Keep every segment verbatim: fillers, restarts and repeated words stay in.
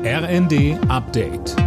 R N D Update.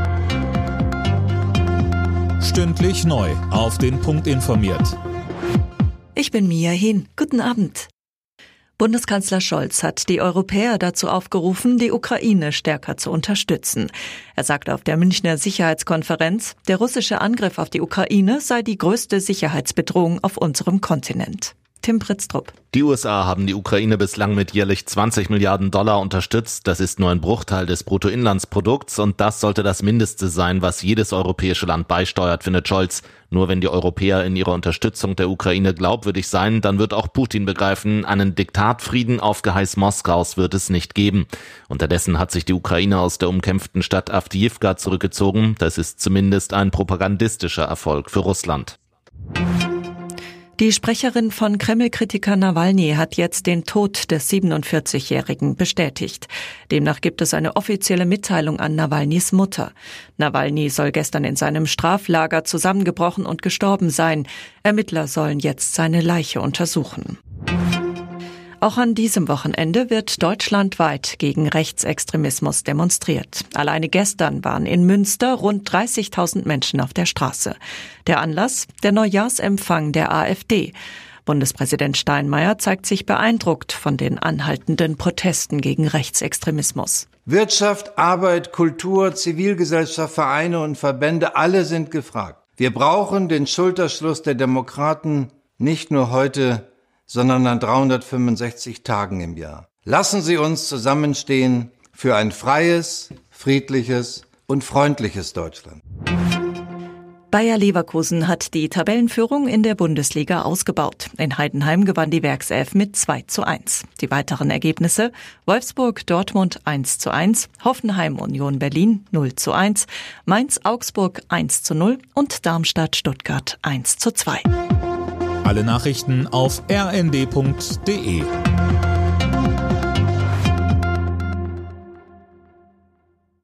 Stündlich neu auf den Punkt informiert. Ich bin Mia Hin. Guten Abend. Bundeskanzler Scholz hat die Europäer dazu aufgerufen, die Ukraine stärker zu unterstützen. Er sagte auf der Münchner Sicherheitskonferenz, der russische Angriff auf die Ukraine sei die größte Sicherheitsbedrohung auf unserem Kontinent. Tim Pritztrup. Die U S A haben die Ukraine bislang mit jährlich zwanzig Milliarden Dollar unterstützt. Das ist nur ein Bruchteil des Bruttoinlandsprodukts und das sollte das Mindeste sein, was jedes europäische Land beisteuert, findet Scholz. Nur wenn die Europäer in ihrer Unterstützung der Ukraine glaubwürdig sein, dann wird auch Putin begreifen, einen Diktatfrieden auf Geheiß Moskaus wird es nicht geben. Unterdessen hat sich die Ukraine aus der umkämpften Stadt Awdijiwka zurückgezogen. Das ist zumindest ein propagandistischer Erfolg für Russland. Die Sprecherin von Kreml-Kritiker Nawalny hat jetzt den Tod des siebenundvierzigjährigen bestätigt. Demnach gibt es eine offizielle Mitteilung an Nawalnys Mutter. Nawalny soll gestern in seinem Straflager zusammengebrochen und gestorben sein. Ermittler sollen jetzt seine Leiche untersuchen. Auch an diesem Wochenende wird deutschlandweit gegen Rechtsextremismus demonstriert. Alleine gestern waren in Münster rund dreißigtausend Menschen auf der Straße. Der Anlass? Der Neujahrsempfang der AfD. Bundespräsident Steinmeier zeigt sich beeindruckt von den anhaltenden Protesten gegen Rechtsextremismus. Wirtschaft, Arbeit, Kultur, Zivilgesellschaft, Vereine und Verbände, alle sind gefragt. Wir brauchen den Schulterschluss der Demokraten nicht nur heute, sondern an dreihundertfünfundsechzig Tagen im Jahr. Lassen Sie uns zusammenstehen für ein freies, friedliches und freundliches Deutschland. Bayer Leverkusen hat die Tabellenführung in der Bundesliga ausgebaut. In Heidenheim gewann die Werkself mit zwei zu eins. Die weiteren Ergebnisse: Wolfsburg-Dortmund eins zu eins, Hoffenheim-Union Berlin null zu eins, Mainz-Augsburg eins zu null und Darmstadt-Stuttgart eins zu zwei. Alle Nachrichten auf r n d punkt d e.